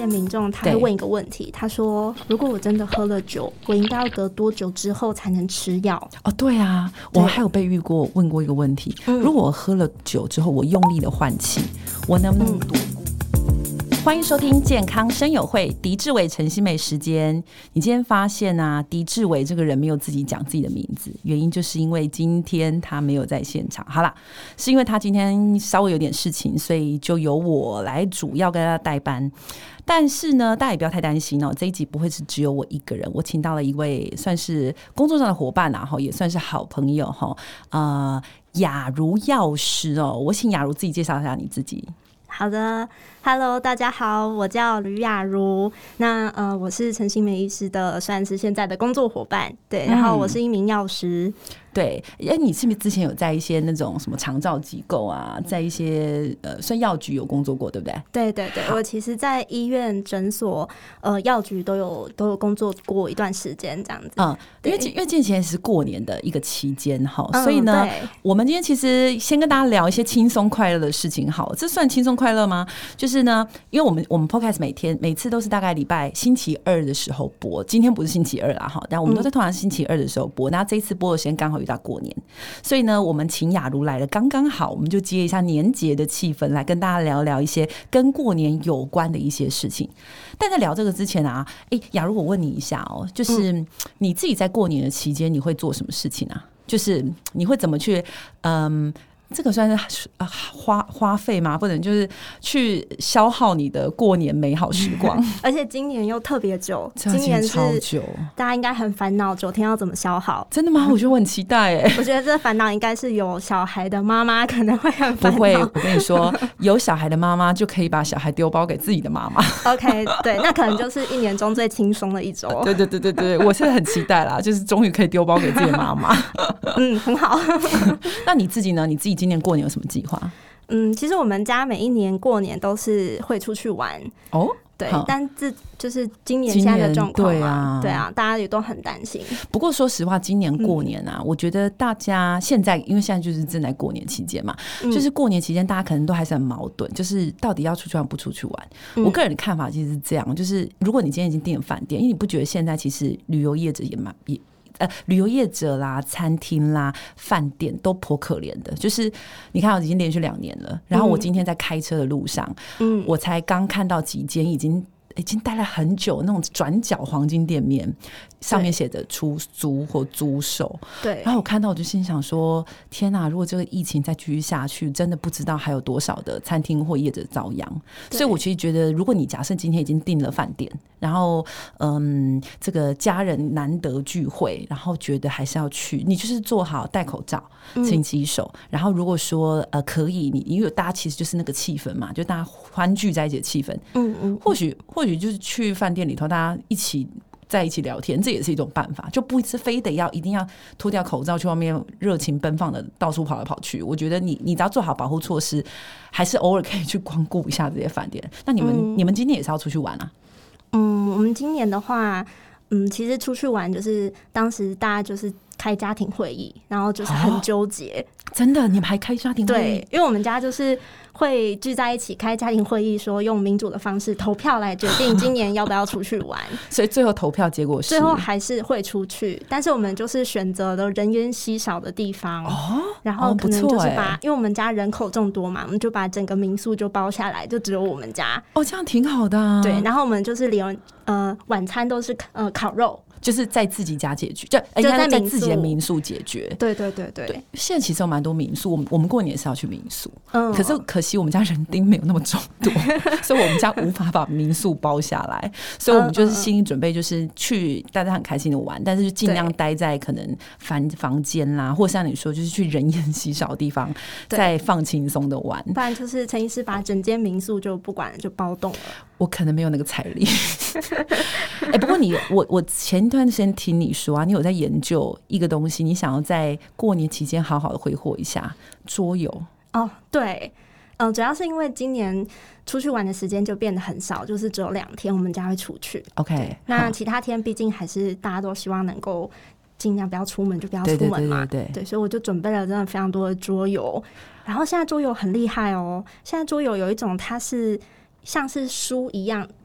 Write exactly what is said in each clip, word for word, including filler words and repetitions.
些民众他会问一个问题，他说如果我真的喝了酒，我应该要隔多久之后才能吃药？ 哦，对啊，我还有被遇过问过一个问题，嗯、如果我喝了酒之后我用力的换气，我能不能多顾？嗯、欢迎收听健康声友会，狄志伟、陈欣湄时间。你今天发现啊，狄志伟这个人没有自己讲自己的名字，原因就是因为今天他没有在现场。好啦，是因为他今天稍微有点事情，所以就由我来主要跟他代班。但是呢，大家也不要太担心哦，这一集不会是只有我一个人，我请到了一位算是工作上的伙伴啊，也算是好朋友哈，呃，雅茹药师哦，我请雅茹自己介绍一下你自己。 好的 ，Hello， 大家好，我叫吕雅茹。那呃，我是陈欣湄医师的，算是现在的工作伙伴。对，然后我是一名药师。嗯、 对，哎，你是不是之前有在一些那种什么长照机构啊，在一些呃，算药局有工作过，对不对？ 对对对，我其实，在医院、诊所、呃，药局都有都有工作过一段时间，这样子。嗯， 因为因为今年是过年的一个期间哈，所以呢，我们今天其实先跟大家聊一些轻松快乐的事情。好，这算轻松快乐吗？就是呢，因为我们我们 podcast 每天每次都是大概礼拜星期二的时候播，今天不是星期二啦哈，但我们都在通常星期二的时候播。那、嗯、这一次播的时间刚好遇到过年，所以呢，我们请雅茹来了，刚刚好，我们就接一下年节的气氛，来跟大家聊聊一些跟过年有关的一些事情。但在聊这个之前啊，哎，雅茹，我问你一下哦，就是你自己在过年的期间，你会做什么事情啊？就是你会怎么去嗯？这个算是花花费吗？不能就是去消耗你的过年美好时光。 而且今年又特别久， 今年是超久， 大家应该很烦恼九天要怎么消耗。 真的吗？我觉得我很期待哎。 我觉得这烦恼应该是有小孩的妈妈可能会很烦恼。 不会，我跟你说，有小孩的妈妈就可以把小孩丢包给自己的妈妈。 OK， 对，那可能就是一年中最轻松的一周。 对对对对对，我是很期待啦，就是终于可以丢包给自己的妈妈。 嗯，很好。 那你自己呢？你自己今年过年有什么计划？ 嗯，其实我们家每一年过年都是会出去玩哦，对，但这就是今年现在的状况嘛，对啊，对啊，大家也都很担心。 不过说实话，今年过年啊，嗯、我觉得大家现在因为现在就是正在过年期间嘛、嗯，就是过年期间大家可能都还是很矛盾，就是到底要出去玩不出去玩。嗯、我个人的看法其实是这样，就是如果你今天已经订了饭店，因为你不觉得现在其实旅游业者也蛮也。呃，旅游业者啦、餐厅啦、饭店都颇可怜的。就是你看，我已经连续两年了。然后我今天在开车的路上，嗯，我才刚看到几间已经已经待了很久那种转角黄金店面，上面写着出租或租售。对。然后我看到我就心想说：天哪！如果这个疫情再继续下去，真的不知道还有多少的餐厅或业者遭殃。所以我其实觉得，如果你假设今天已经订了饭店，然后嗯，这个家人难得聚会，然后觉得还是要去，你就是做好戴口罩、勤洗手、嗯。然后如果说呃可以，你因为大家其实就是那个气氛嘛，就大家欢聚在一起的气氛。嗯嗯。或许或许就是去饭店里头，大家一起。在一起聊天，这也是一种办法，就不是非得要一定要脱掉口罩去外面热情奔放的到处跑来跑去。我觉得你你只要做好保护措施，还是偶尔可以去光顾一下这些饭店。那你们、嗯、你们今年也是要出去玩啊？ 嗯，我们今年的话，嗯，其实出去玩就是当时大家就是开家庭会议，然后就是很纠结、哦。真的，你们还开家庭会议？ 对，因为我们家就是会聚在一起开家庭会议，说用民主的方式投票来决定今年要不要出去玩。 所以最后投票结果是最后还是会出去，但是我们就是选择了人烟稀少的地方，哦、然后可能就是把、哦欸，因为我们家人口众多嘛，我们就把整个民宿就包下来，就只有我们家。 哦，这样挺好的、啊。 对，然后我们就是连呃晚餐都是呃烤肉。 就是在自己家解决，就应该在自己的民宿解决。 对对对 对, 对， 现在其实有蛮多民宿，我们我们过年也是要去民宿，嗯，可是可惜我们家人丁没有那么众多，所以我们家无法把民宿包下来，所以我们就是心理准备，就是去大家很开心的玩，但是就尽量待在可能房房间啦，或像你说，就是去人烟稀少的地方，再放轻松的玩。 不然就是陈医师把整间民宿就不管了，就包栋了。 我可能没有那个财力。哎、欸，不过你我我前一段时间听你说啊，你有在研究一个东西，你想要在过年期间好好的挥霍一下桌游。 哦，对，嗯、呃，主要是因为今年出去玩的时间就变得很少，就是只有两天我们家会出去。OK， 那其他天毕竟还是大家都希望能够尽量不要出门就不要出门嘛，对对对对对，对，所以我就准备了真的非常多的桌游。然后现在桌游很厉害哦，现在桌游有一种它是像是书一样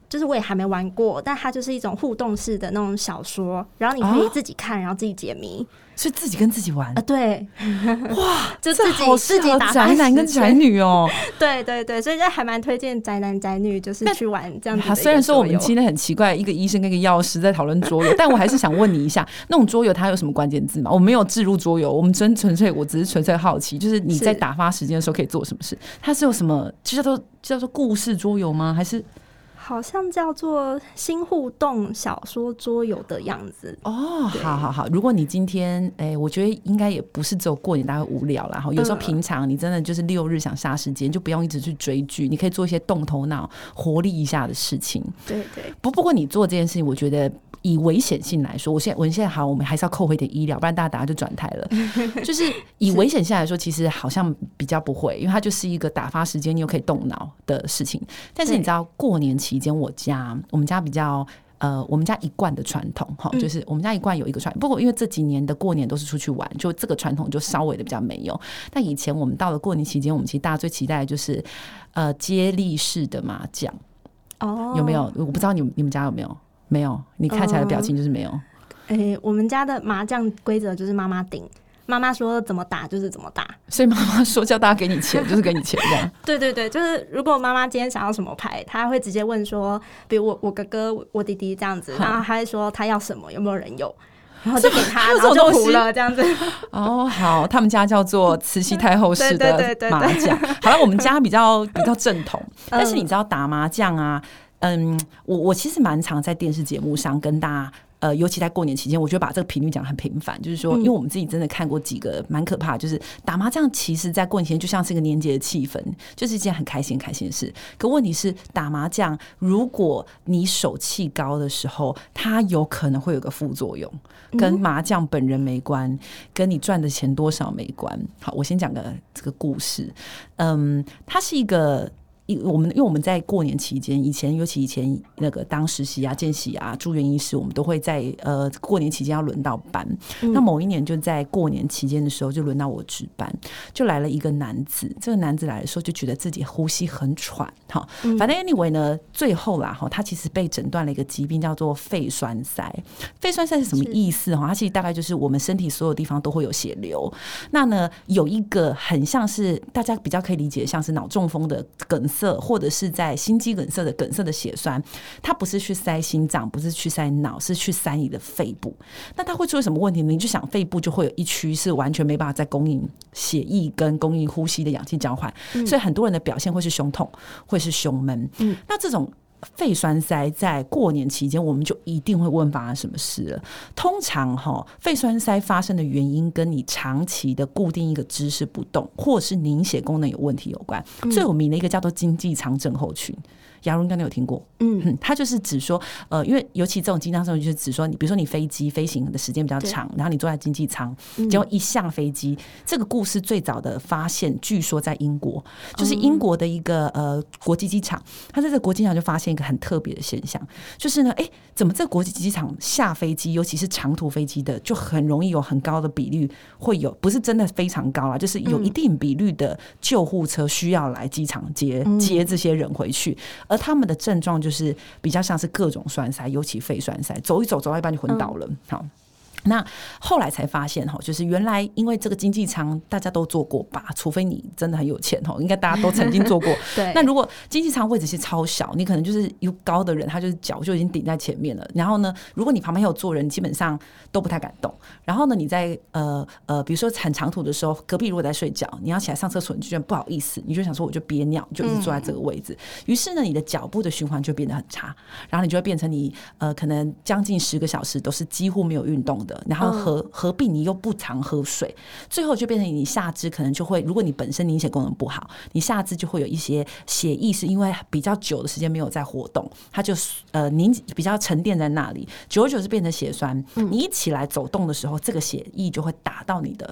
就是我也还没玩过，但它就是一种互动式的那种小说，然后你可以自己看，哦、然后自己解谜。 是自己跟自己玩啊、 呃？对， 哇， 就自己好适合宅男跟宅女哦。 对对对，所以这还蛮推荐宅男宅女，就是去玩这样子的一个桌游。 虽然说我们今天很奇怪，一个医生跟一个药师在讨论桌游，但我还是想问你一下，那种桌游它有什么关键字吗？我没有置入桌游，我们真纯粹，我只是纯粹好奇，就是你在打发时间的时候可以做什么事？它是有什么叫做叫做故事桌游吗？还是？ 好像叫做新互动小说桌游的样子哦，好好好。如果你今天，哎、欸，我觉得应该也不是只有过年大家会无聊啦，有时候平常你真的就是六日想杀时间，就不用一直去追剧，你可以做一些动头脑、活力一下的事情。 对对。 不不过你做这件事情，我觉得以危险性来说，我现在我现在好，我们还是要扣回点医疗，不然大家等下就转台了。就是以危险性来说，其实好像比较不会，因为它就是一个打发时间，你又可以动脑的事情。但是你知道，过年期间我家我们家比较呃，我们家一贯的传统哈，就是我们家一贯有一个传统。不过因为这几年的过年都是出去玩，就这个传统就稍微的比较没有。但以前我们到了过年期间，我们其实大家最期待的就是呃接力式的麻将。哦，有没有？我不知道你们你们家有没有？没有，你看起来的表情就是没有。 哎、嗯欸，我们家的麻将规则就是妈妈定。妈妈说怎么打就是怎么打， 所以妈妈说叫大家给你钱就是给你钱这样。 对对对，就是如果妈妈今天想要什么牌，她会直接问说，比如我我哥哥我弟弟这样子，然后她会说他要什么，有没有人有，然后就给他，然后就胡了这样子。 哦，好，他们家叫做慈禧太后式的麻将。好了，我们家比较比较正统，但是你知道打麻将啊，嗯，我我其实蛮常在电视节目上跟大家。呃，尤其在过年期间，我觉得把这个频率讲得很频繁，就是说，因为我们自己真的看过几个蛮可怕的，就是打麻将，其实在过年期间就像是一个年节的气氛，就是一件很开心很开心的事。可问题是，打麻将如果你手气高的时候，它有可能会有个副作用，跟麻将本人没关，跟你赚的钱多少没关。好，我先讲个这个故事，嗯，它是一个。我们因为我们在过年期间，以前尤其以前那个当实习啊、见习啊、住院医师，我们都会在呃过年期间要轮到班。嗯、那某一年就在过年期间的时候，就轮到我值班，就来了一个男子。这个男子来的时候，就觉得自己呼吸很喘，哈、嗯，反正 anyway 呢，最后啦，哈，他其实被诊断了一个疾病，叫做肺栓塞。肺栓塞是什么意思？哈，它其实大概就是我们身体所有地方都会有血流。那呢，有一个很像是大家比较可以理解，像是脑中风的梗塞。或者是在心肌梗塞的梗塞的血栓，它不是去塞心脏，不是去塞脑，是去塞你的肺部。那它会出现什么问题呢？你就想肺部就会有一区是完全没办法再供应血液跟供应呼吸的氧气交换、嗯、所以很多人的表现会是胸痛，会是胸闷、嗯、那这种肺栓塞在过年期间我们就一定会问发生什么事了。通常肺栓塞发生的原因跟你长期的固定一个姿势不动或者是凝血功能有问题有关、嗯、最有名的一个叫做经济舱症候群，雅茹应该有听过。嗯，嗯，它就是指说，呃，因为尤其这种经济舱症候群就是指说，你比如说你飞机飞行的时间比较长，然后你坐在经济舱，结果一下飞机、嗯，这个故事最早的发现，据说在英国，就是英国的一个呃国际机场，他在这个国际机场就发现一个很特别的现象，就是呢，哎、欸，怎么这个国际机场下飞机，尤其是长途飞机的，就很容易有很高的比率会有，不是真的非常高啦，就是有一定比率的救护车需要来机场接接这些人回去。而他们的症状就是比较像是各种栓塞，尤其肺栓塞，走一走走到一半就昏倒了。嗯、好。那后来才发现就是原来因为这个经济舱大家都坐过吧，除非你真的很有钱，应该大家都曾经坐过。对。那如果经济舱位置是超小，你可能就是有高的人，他就是脚就已经顶在前面了。然后呢，如果你旁边有坐人，基本上都不太敢动。然后呢，你在呃呃，比如说很长途的时候，隔壁如果在睡觉，你要起来上厕所，你就觉得不好意思，你就想说我就憋尿，就一直坐在这个位置。于、嗯、是呢，你的脚部的循环就变得很差，然后你就会变成你呃可能将近十个小时都是几乎没有运动的。然后合合并你又不常喝水，最后就变成你下肢可能就会，如果你本身凝血功能不好，你下肢就会有一些血液是因为比较久的时间没有在活动，它就呃凝比较沉淀在那里，久而久之变成血栓、嗯。你一起来走动的时候，这个血液就会打到你的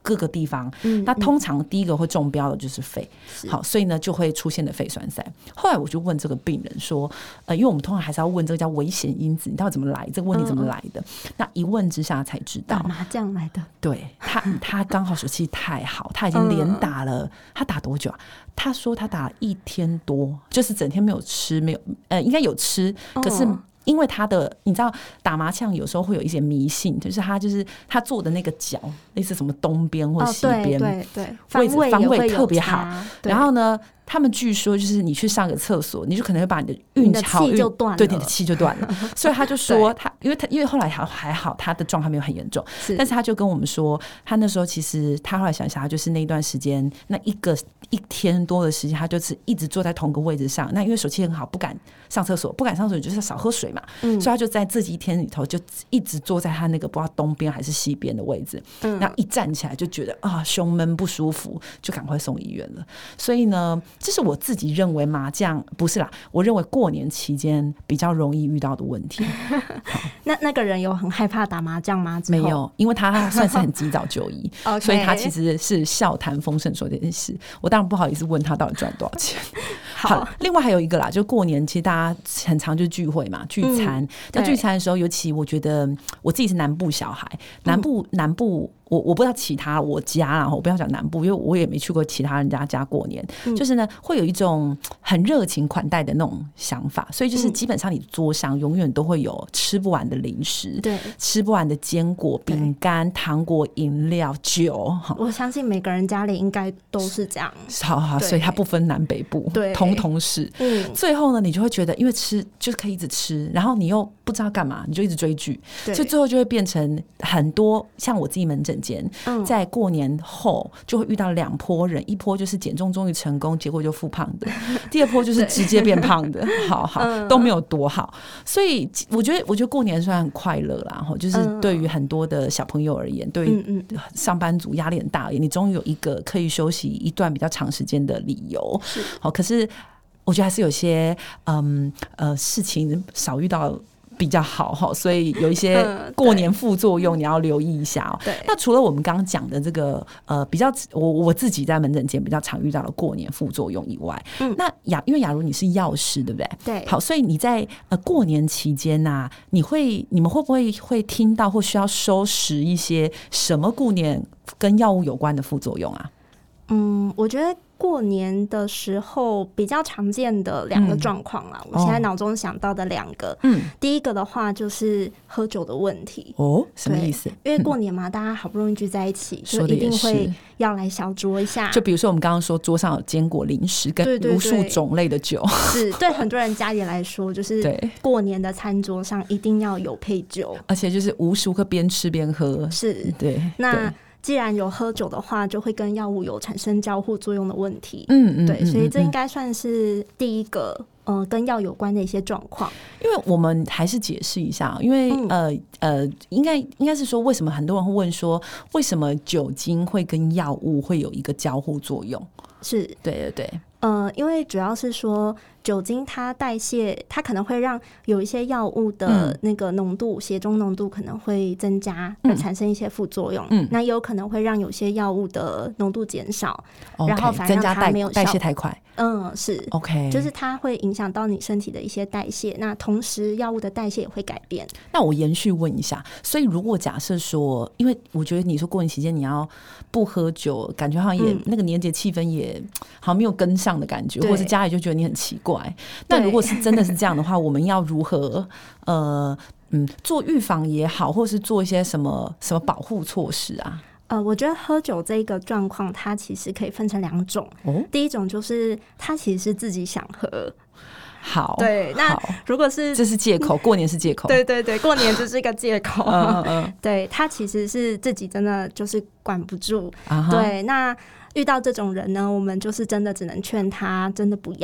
各个地方，嗯，那通常第一个会中标的就是肺，好，所以呢就会出现的肺栓塞。后来我就问这个病人说，呃，因为我们通常还是要问这个叫危险因子，你到底怎么来，这个问题怎么来的？嗯嗯，那一问之下才知道， 打麻将来的。 对他，他刚好手气太好，他已经连打了，嗯、他打多久啊？他说他打了一天多，就是整天没有吃，没有，呃，应该有吃，可是。因为他的你知道打麻将有时候会有一些迷信，就是他就是他做的那个角类似什么东边或西边， 哦、对对对，位置方位特别好。然后呢，他们据说就是你去上个厕所，你就可能会把你的运好运就断了， 对，你的气就断了。所以他就说他，因为他因为后来还还好，他的状态没有很严重，是但是他就跟我们说，他那时候其实他后来想想，他就是那一段时间那一个一天多的时间，他就是一直坐在同个位置上。那因为手气很好，不敢上厕所，不敢上厕所就是少喝水嘛，嗯、所以他就在这几天里头就一直坐在他那个不知道东边还是西边的位置。嗯，然后一站起来就觉得啊胸闷不舒服，就赶快送医院了。所以呢，这是我自己认为麻将不是啦，我认为过年期间比较容易遇到的问题。 那那个人有很害怕打麻将吗？ 没有，因为他算是很及早就医，所以他其实是笑谈风生说这件事。我当然不好意思问他到底赚多少钱。好，另外还有一个啦，就过年其实大家很常就聚会嘛，聚餐。那、嗯、聚餐的时候，尤其我觉得我自己是南部小孩，南部、嗯、南部。我我不知道其他我家啦，我不要讲南部，因为我也没去过其他人家家过年。嗯、就是呢，会有一种很热情款待的那种想法，所以就是基本上你桌上永远都会有吃不完的零食，对，吃不完的坚果、饼干、糖果、饮料、酒。 我相信每个人家里应该都是这样。 好好，所以它不分南北部，对，通通是。嗯，最后呢，你就会觉得，因为吃就是可以一直吃，然后你又不知道干嘛，你就一直追剧，所以最后就会变成很多像我自己门诊。在过年后就会遇到两波人，一波就是减重终于成功，结果就复胖的；第二波就是直接变胖的，好好都没有多好。所以我觉得，我觉得过年虽然很快乐啦，就是对于很多的小朋友而言，对于上班族压力很大而言，你终于有一个可以休息一段比较长时间的理由。好，可是我觉得还是有些嗯呃事情少遇到比较好，所以有一些过年副作用你要留意一下哦。对，那除了我们刚刚讲的这个呃比较我我自己在门诊间比较常遇到的过年副作用以外，嗯，那雅因为雅茹你是药师对不对？对，好，所以你在呃过年期间呐、啊，你会你们会不会会听到或需要收拾一些什么过年跟药物有关的副作用啊？ 嗯，我觉得过年的时候比较常见的两个状况啦、嗯，我现在脑中想到的两个，嗯，第一个的话就是喝酒的问题。哦， 什么意思？ 因为过年嘛、嗯，大家好不容易聚在一起，就一定会要来小酌一下。 就比如说我们刚刚说桌上有坚果、零食跟无数种类的酒， 对对对，是对很多人家里来说，就是过年的餐桌上一定要有配酒， 而且就是无时无刻边吃边喝。 是，对，那。既然有喝酒的话，就会跟药物有产生交互作用的问题。嗯嗯，对，所以这应该算是第一个呃跟药有关的一些状况。 因为我们还是解释一下，因为、嗯、呃呃，应该应该是说，为什么很多人会问说，为什么酒精会跟药物会有一个交互作用？是，对对对。 呃，因为主要是说酒精它代谢，它可能会让有一些药物的那个浓度、嗯、血中浓度可能会增加，而产生一些副作用。嗯，那也有可能会让有些药物的浓度减少，嗯、然后反而让它没有效代谢太快。 嗯，是 OK， 就是它会影响到你身体的一些代谢，那同时药物的代谢也会改变。 那我延续问一下，所以如果假设说，因为我觉得你说过年期间你要不喝酒，感觉好像也、嗯、那个年节气氛也好像没有跟上的感觉，或者家里就觉得你很奇怪。那如果是真的是这样的话，我们要如何呃嗯做预防也好，或是做一些什么什么保护措施啊？ 呃，我觉得喝酒这个状况，它其实可以分成两种。哦、第一种就是他其实是自己想喝。 好， 对，那如果是这是借口，过年是借口， 对对对，过年就是一个借口。嗯嗯，对，他其实是自己真的就是管不住。啊、对，那遇到这种人呢，我们就是真的只能劝他真的不要。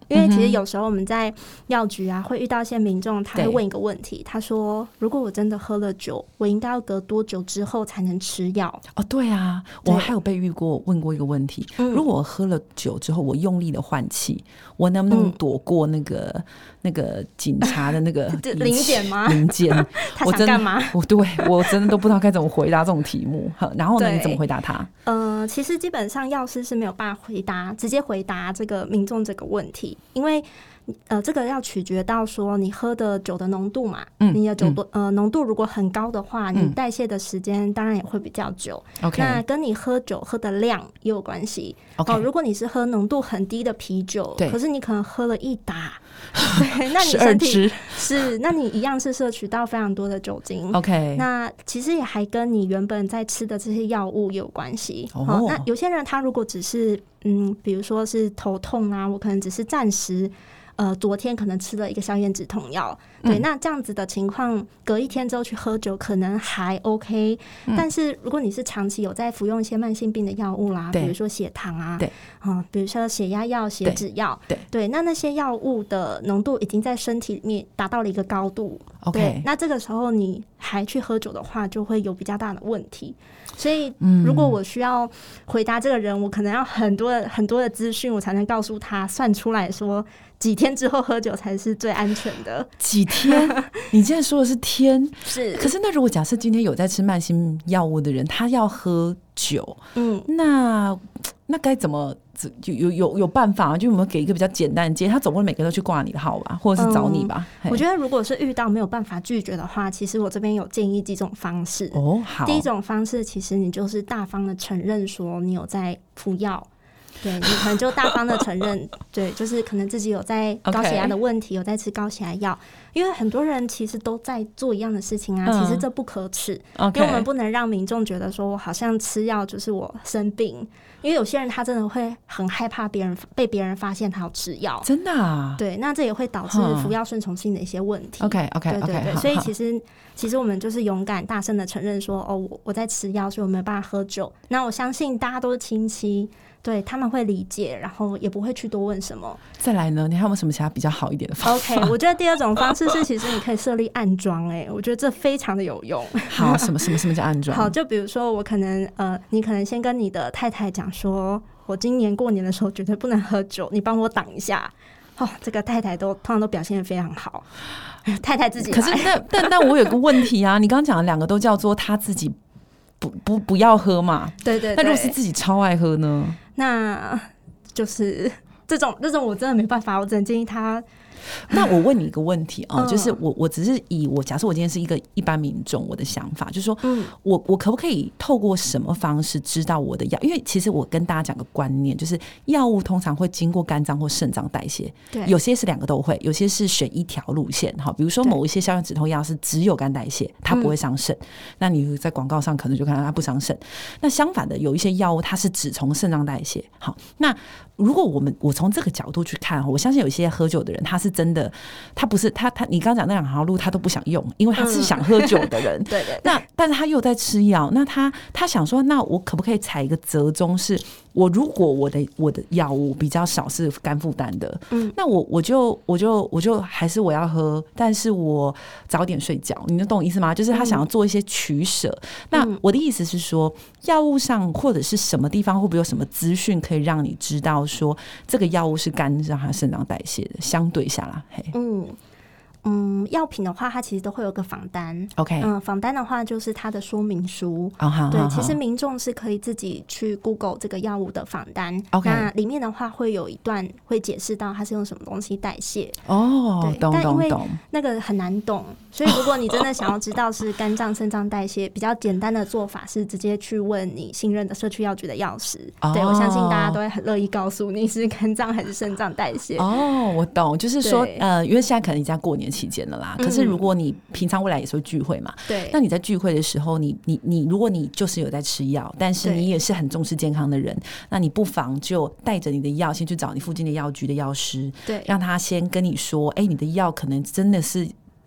因为其实有时候我们在药局啊会遇到一些民众，他会问一个问题，他说如果我真的喝了酒，我应该要隔多久之后才能吃药？ 哦，对啊，我还有被遇过问过一个问题、嗯、如果我喝了酒之后我用力的换气，我能不能躲过那个、嗯、那个警察的那个临检吗？ 临检他想干嘛？ 我对我真的都不知道该怎么回答这种题目。然后呢，你怎么回答他？ 呃，其实基本上药师是没有办法回答直接回答这个民众这个问题，因为呃，这个要取决到说你喝的酒的浓度嘛，嗯、你的酒度、嗯、呃浓度如果很高的话，你代谢的时间当然也会比较久。嗯、那跟你喝酒喝的量也有关系。Okay. 哦，如果你是喝浓度很低的啤酒，可是你可能喝了一打，对，那你身体是，那你一样是摄取到非常多的酒精。OK， 那其实也还跟你原本在吃的这些药物有关系。哦，哦，那有些人他如果只是嗯，比如说是头痛啊，我可能只是暂时。呃，昨天可能吃了一个消炎止痛药，对、嗯，那这样子的情况，隔一天之后去喝酒可能还 OK，、嗯、但是如果你是长期有在服用一些慢性病的药物啦，比如说血糖啊，对，嗯，比如说血压药、血脂药，对，对，那那些药物的浓度已经在身体里面达到了一个高度 ，OK， 对，那这个时候你还去喝酒的话，就会有比较大的问题。所以，如果我需要回答这个人，我可能要很多的很多的资讯，我才能告诉他算出来说几天之后喝酒才是最安全的。 几天？你现在说的是天？ 是。 可是那如果假设今天有在吃慢性药物的人，他要喝酒，嗯，那那该怎么？有有有有办法，就有没有给一个比较简单的建议？他总不会每个都去挂你的号吧，或者是找你吧？ 嗯、我觉得如果是遇到没有办法拒绝的话，其实我这边有建议几种方式。哦，好。第一种方式，其实你就是大方的承认说你有在服药。对，你可能就大方的承认，对，就是可能自己有在高血压的问题， okay. 有在吃高血压药，因为很多人其实都在做一样的事情啊，嗯、其实这不可耻，okay. 因为我们不能让民众觉得说我好像吃药就是我生病，因为有些人他真的会很害怕别人被别人发现他要吃药， 真的啊， 对，那这也会导致服药顺从性的一些问题。 OK OK OK， 对对对，所以其实其实我们就是勇敢大声的承认说，哦，我我在吃药，所以我没有办法喝酒。那我相信大家都是亲戚。对，他们会理解，然后也不会去多问什么。 再来呢，你还有没有什么其他比较好一点的方法 ？OK， 我觉得第二种方式是，其实你可以设立暗桩，哎，我觉得这非常的有用。 好，什么什么什么叫暗桩？ 好，就比如说我可能呃，你可能先跟你的太太讲说，我今年过年的时候绝对不能喝酒，你帮我挡一下。哦，这个太太都通常都表现得非常好，太太自己来。 可是但但但我有个问题啊，你刚刚讲的两个都叫做他自己。不不不要喝嘛， 对对对。 那如果是自己超爱喝呢？ 那就是这种这种我真的没办法，我只能建议他。 那我问你一个问题啊、哦嗯，就是我我只是以我假设我今天是一个一般民众，我的想法就是说，嗯，我我可不可以透过什么方式知道我的药？因为其实我跟大家讲个观念，就是药物通常会经过肝脏或肾脏代谢，对，有些是两个都会，有些是选一条路线。好，比如说某一些消炎止痛药是只有肝代谢，它不会伤肾、嗯，那你在广告上可能就看到它不伤肾。那相反的，有一些药物它是只从肾脏代谢。好，那如果我们我从这个角度去看，我相信有一些喝酒的人，他是真的，他不是他他你刚刚讲那两条路他都不想用，因为他是想喝酒的人。嗯、对, 对对。那但是他又在吃药，那他他想说，那我可不可以采一个折中，是我如果我的我的药物比较少是肝负担的，嗯，那我我就我就我就还是我要喝，但是我早点睡觉，你能懂我意思吗？就是他想要做一些取舍。嗯、那我的意思是说，药物上或者是什么地方会不会有什么资讯可以让你知道？说这个药物是肝让它肾脏代谢的，相对下来， 嗯嗯，药品的话，它其实都会有个访单 ，OK， 嗯，访单的话就是它的说明书， oh, 对， oh, 其实民众是可以自己去 Google 这个药物的访单 ，OK， 那里面的话会有一段会解释到它是用什么东西代谢，哦、oh, ，对，懂但因为那个很难懂，所以如果你真的想要知道是肝脏、肾脏代谢，比较简单的做法是直接去问你信任的社区药局的药师， oh. 对我相信大家都会很乐意告诉你是肝脏还是肾脏代谢。 哦、oh, ，我懂，就是说，呃，因为现在可能已经在过年期间了啦，可是如果你平常未来也是会聚会嘛，对、嗯，那你在聚会的时候，你你你，如果你就是有在吃药，但是你也是很重视健康的人，那你不妨就带着你的药先去找你附近的药局的药师，对，让他先跟你说，哎、欸，你的药可能真的是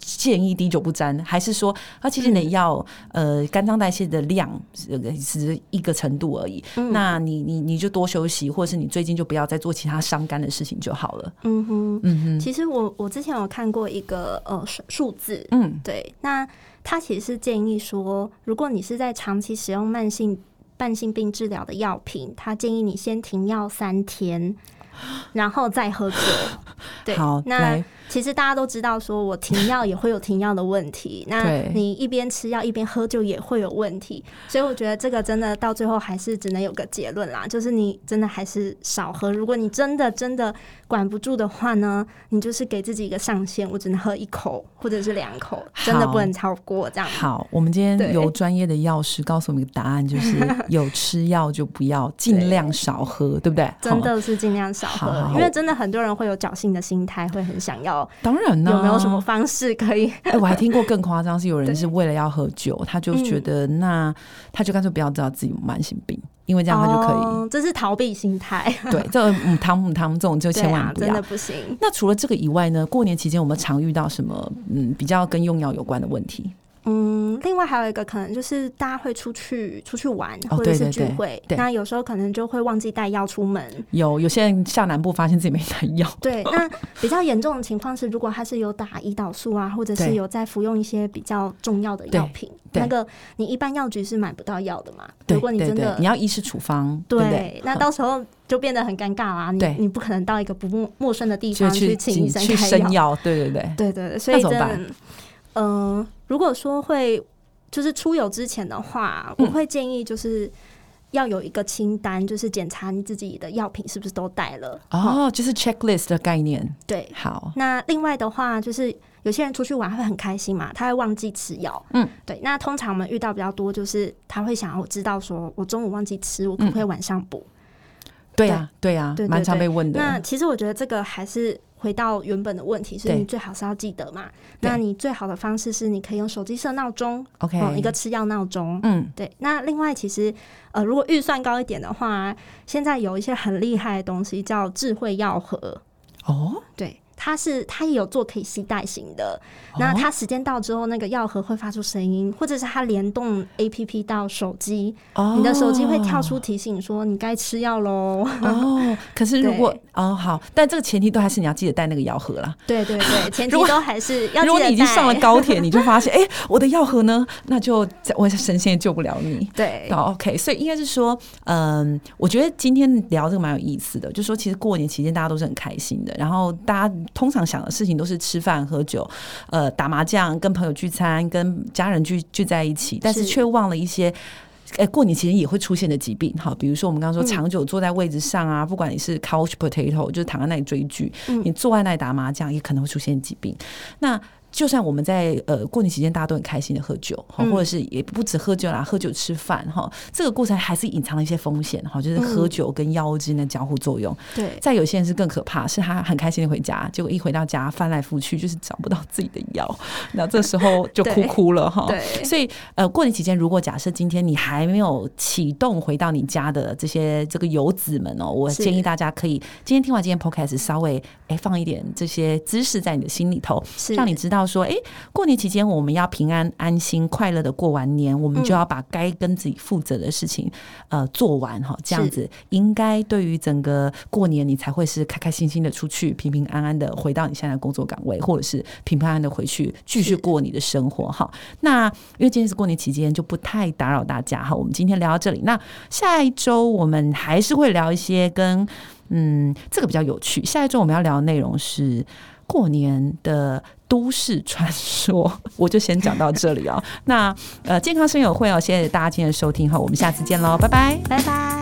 建议滴酒不沾，还是说啊，其实你的药、嗯、呃肝脏代谢的量是一个程度而已，嗯、那你你你就多休息，或者是你最近就不要再做其他伤肝的事情就好了。 嗯哼，嗯哼，其实我我之前有看过一个呃数字，嗯，对，那他其实是建议说，如果你是在长期使用慢性慢性病治疗的药品，他建议你先停药三天，然后再喝酒。对， 好， 那其实大家都知道说我停药也会有停药的问题，那你一边吃药一边喝酒也会有问题，所以我觉得这个真的到最后还是只能有个结论啦，就是你真的还是少喝，如果你真的真的管不住的话呢，你就是给自己一个上限，我只能喝一口或者是两口，真的不能超过这样。 好，我们今天由专业的药师告诉我们一个答案，就是有吃药就不要尽量少喝， 对, 对不对？ 真的是尽量少喝，因为真的很多人会有侥幸的心态，会很想要， 当然呢、啊， 有没有什么方式可以、 欸、我还听过更夸张，是有人是为了要喝酒，他就觉得那他就干脆不要知道自己有慢性病，因为这样他就可以、 哦、这是逃避心态。 对，这个母汤母汤这种就千万不要、 啊、真的不行。 那除了这个以外呢，过年期间我们常遇到什么嗯比较跟用药有关的问题？ 嗯，另外还有一个可能就是大家会出去出去玩或者是聚会、哦、对对对，那有时候可能就会忘记带药出门。 有有些人下南部发现自己没带药。 对，那比较严重的情况是，如果他是有打胰岛素啊，或者是有在服用一些比较重要的药品，那个你一般药局是买不到药的嘛。如果你真的对对对，你要医师处方， 对, 对不对？ 那到时候就变得很尴尬啦。你你不可能到一个不陌生的地方去请医生开药，去申药。对对对对对对，所以真的嗯、呃，如果说会就是出游之前的话，我会建议就是要有一个清单，就是检查你自己的药品是不是都带了。 哦，就是 checklist 的概念。 对， 好。 那另外的话，就是有些人出去玩会很开心嘛，他会忘记吃药。嗯，对。那通常我们遇到比较多，就是他会想要知道说，我中午忘记吃，我可不可以晚上补？ 嗯、对呀、啊，对呀、啊，蛮常被问的。 那其实我觉得这个还是回到原本的问题，是你最好是要记得嘛。那你最好的方式是你可以用手机设闹钟 ，OK，、嗯、一个吃药闹钟。嗯，对。那另外其实呃，如果预算高一点的话，现在有一些很厉害的东西叫智慧药盒。哦，对。它是它也有做可以携带型的，那它时间到之后，那个药盒会发出声音，或者是它联动 A P P 到手机，哦、你的手机会跳出提醒说你该吃药喽。哦， 可是如果哦好，但这个前提都还是你要记得带那个药盒啦。 对对对，前提都还是要记得带。 如果你已经上了高铁，你就发现哎、欸，我的药盒呢？那就我神仙也救不了你。 对， 好 OK， 所以应该是说，嗯，我觉得今天聊这个蛮有意思的，就是说其实过年期间大家都是很开心的，然后大家通常想的事情都是吃饭喝酒，呃，打麻将，跟朋友聚餐，跟家人聚聚在一起，但是却忘了一些欸、过年期间也会出现的疾病。好，比如说我们刚刚说长久坐在位置上啊、嗯、不管你是 couch potato 就是躺在那里追剧、嗯、你坐在那里打麻将也可能会出现疾病。那就算我们在呃过年期间大家都很开心的喝酒、嗯、或者是也不止喝酒啦，喝酒吃饭哈，这个过程还是隐藏了一些风险哈，就是喝酒跟药物之间的交互作用。对、嗯，再有些人是更可怕，是他很开心的回家，结果一回到家翻来覆去就是找不到自己的药，那这时候就哭哭了哈。对，所以呃过年期间，如果假设今天你还没有启动回到你家的这些这个游子们哦，我建议大家可以今天听完今天 podcast 稍微哎放一点这些知识在你的心里头，让你知道。说哎，过年期间我们要平安安心快乐的过完年，我们就要把该跟自己负责的事情、嗯、呃做完哈，这样子应该对于整个过年你才会是开开心心的出去，平平安安的回到你现在的工作岗位，或者是平平安安的回去继续过你的生活哈。那因为今天是过年期间，就不太打扰大家哈。我们今天聊到这里，那下一周我们还是会聊一些跟嗯这个比较有趣。下一周我们要聊的内容是过年的都市传说，我就先讲到这里哦。那呃，健康生友会哦，谢谢大家今天的收听哈，我们下次见喽，拜拜， 拜拜。